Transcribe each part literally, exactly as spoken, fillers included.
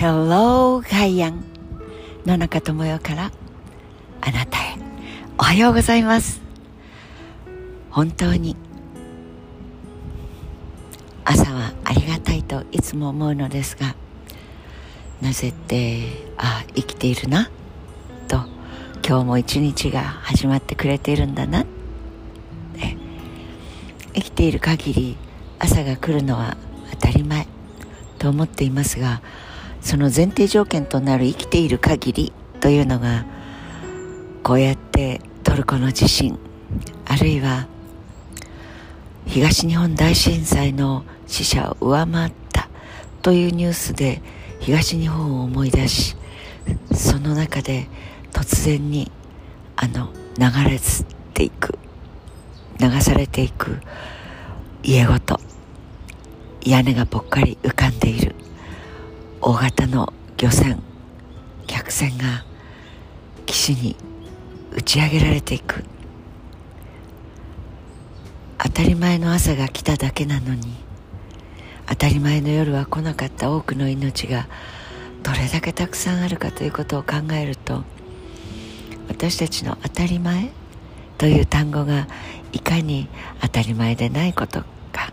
Hello 海岸野中智代からあなたへおはようございます。本当に朝はありがたいといつも思うのですが、なぜってあ生きているなと、今日も一日が始まってくれているんだなって、生きている限り朝が来るのは当たり前と思っていますが、その前提条件となる生きている限りというのが、こうやってトルコの地震、あるいは東日本大震災の死者を上回ったというニュースで東日本を思い出し、その中で突然にあの流れていく流されていく家ごと屋根がぽっかり浮かんでいる大型の漁船客船が岸に打ち上げられていく。当たり前の朝が来ただけなのに、当たり前の夜は来なかった多くの命がどれだけたくさんあるかということを考えると、私たちの当たり前という単語がいかに当たり前でないことか。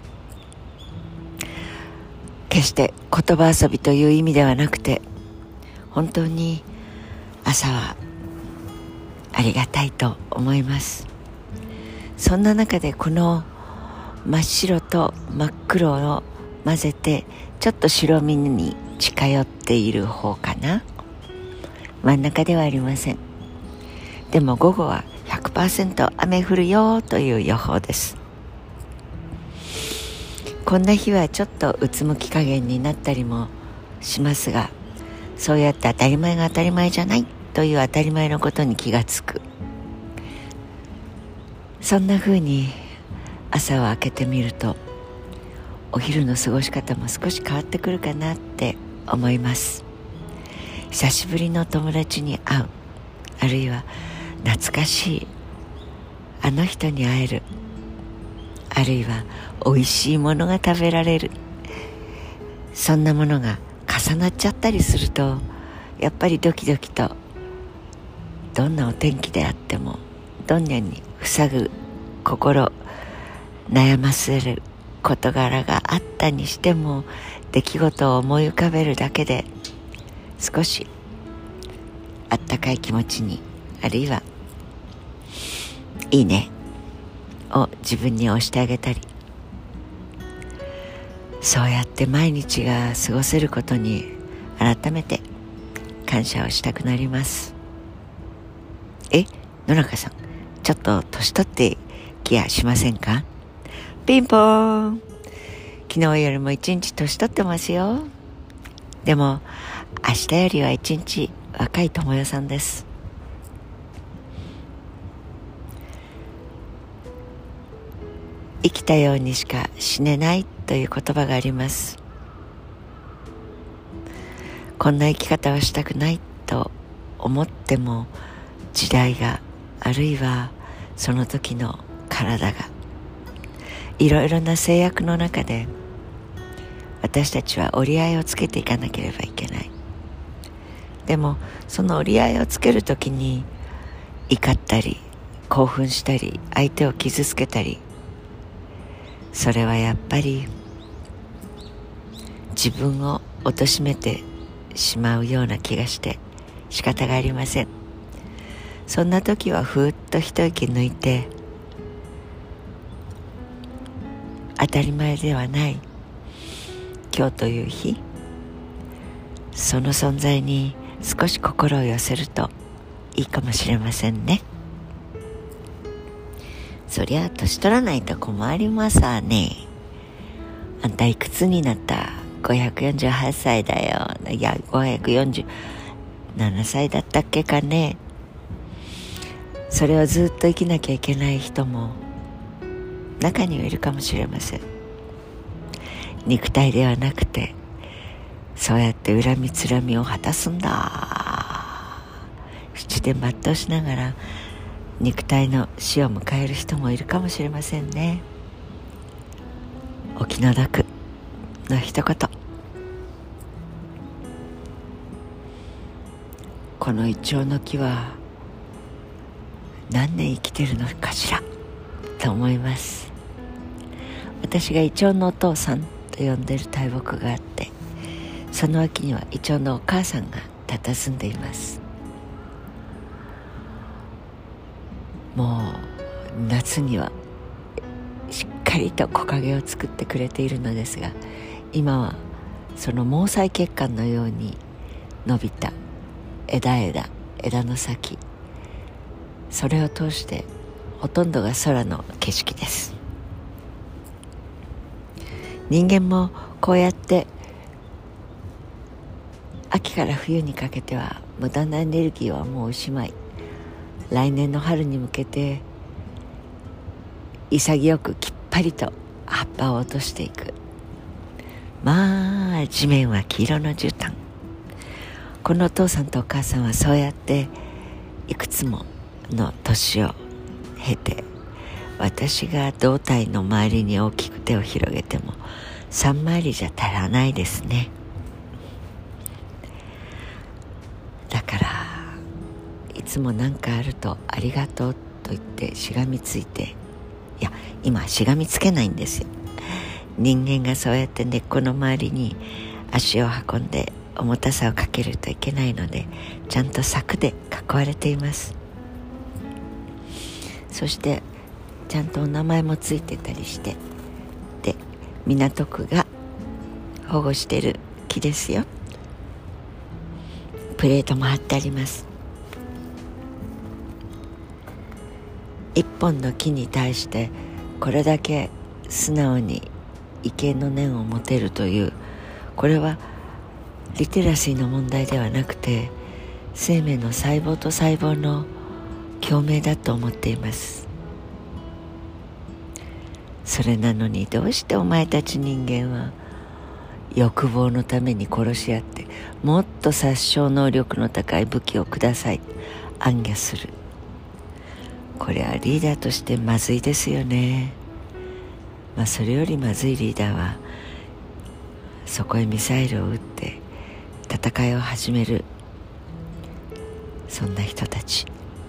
決して言葉遊びという意味ではなくて、本当に朝はありがたいと思います。そんな中でこの真っ白と真っ黒を混ぜて、ちょっと白身に近寄っている方かな。真ん中ではありません。でも午後は ひゃくパーセント 雨降るよという予報です。こんな日はちょっとうつむき加減になったりもしますが、そうやって当たり前が当たり前じゃないという当たり前のことに気がつく。そんな風に朝を明けてみると、お昼の過ごし方も少し変わってくるかなって思います。久しぶりの友達に会う、あるいは懐かしいあの人に会える、あるいは美味しいものが食べられる、そんなものが重なっちゃったりすると、やっぱりドキドキと、どんなお天気であってもどんなに塞ぐ心悩ませる事柄があったにしても、出来事を思い浮かべるだけで少しあったかい気持ちに、あるいはいいねを自分に押してあげたり、そうやって毎日が過ごせることに改めて感謝をしたくなります。え、野中さん、ちょっと年取ってきやしませんか？ピンポーン。昨日よりも一日年取ってますよ。でも明日よりは一日若い智代さんです。生きたようにしか死ねないという言葉があります。こんな生き方はしたくないと思っても、時代が、あるいはその時の体が、いろいろな制約の中で私たちは折り合いをつけていかなければいけない。でもその折り合いをつけるときに怒ったり興奮したり相手を傷つけたり、それはやっぱり自分を貶めてしまうような気がして仕方がありません。そんな時はふーっと一息抜いて、当たり前ではない今日という日、その存在に少し心を寄せるといいかもしれませんね。そりゃ年取らないと困りますわね。あんたいくつになった？ごひゃくよんじゅうはっさいだよ。いやごひゃくよんじゅうななさいだったっけかね。それをずっと生きなきゃいけない人も中にはいるかもしれません。肉体ではなくて、そうやって恨みつらみを果たすんだ、口で全うしながら肉体の死を迎える人もいるかもしれませんね。お気の毒の一言、 このイチョウの木は何年生きてるのかしらと思います。私がイチョウのお父さんと呼んでる大木があって、その脇にはイチョウのお母さんが佇んでいます。もう夏にはしっかりと木陰を作ってくれているのですが、今はその毛細血管のように伸びた枝枝枝の先、それを通してほとんどが空の景色です。人間もこうやって秋から冬にかけては無駄なエネルギーはもうおしまい、来年の春に向けて潔くきっぱりと葉っぱを落としていく。まあ地面は黄色の絨毯。このお父さんとお母さんはそうやっていくつもの年を経て、私が胴体の周りに大きく手を広げても三回りじゃ足らないですね。だからいつも何かあるとありがとうと言ってしがみついて、いや今しがみつけないんですよ。人間がそうやって根っこの周りに足を運んで重たさをかけるといけないので、ちゃんと柵で囲われています。そしてちゃんとお名前もついてたりして、で港区が保護してる木ですよ。プレートも貼ってあります。一本の木に対してこれだけ素直に畏敬の念を持てるという、これはリテラシーの問題ではなくて、生命の細胞と細胞の共鳴だと思っています。それなのにどうしてお前たち人間は欲望のために殺し合って、もっと殺傷能力の高い武器をください暗挙する。これはリーダーとしてまずいですよね。まあそれよりまずいリーダーはそこへミサイルを撃って戦いを始める、そんな人たち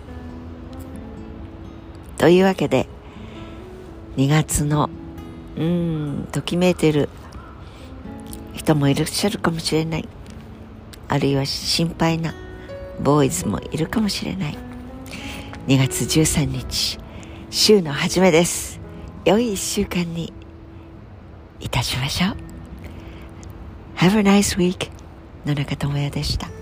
というわけで、にがつのうーんときめいてる人もいらっしゃるかもしれない、あるいは心配なボーイズもいるかもしれない。にがつじゅうさんにち、週の初めです。良いいっしゅうかんにいたしましょう。Have a nice week. 野中智也でした。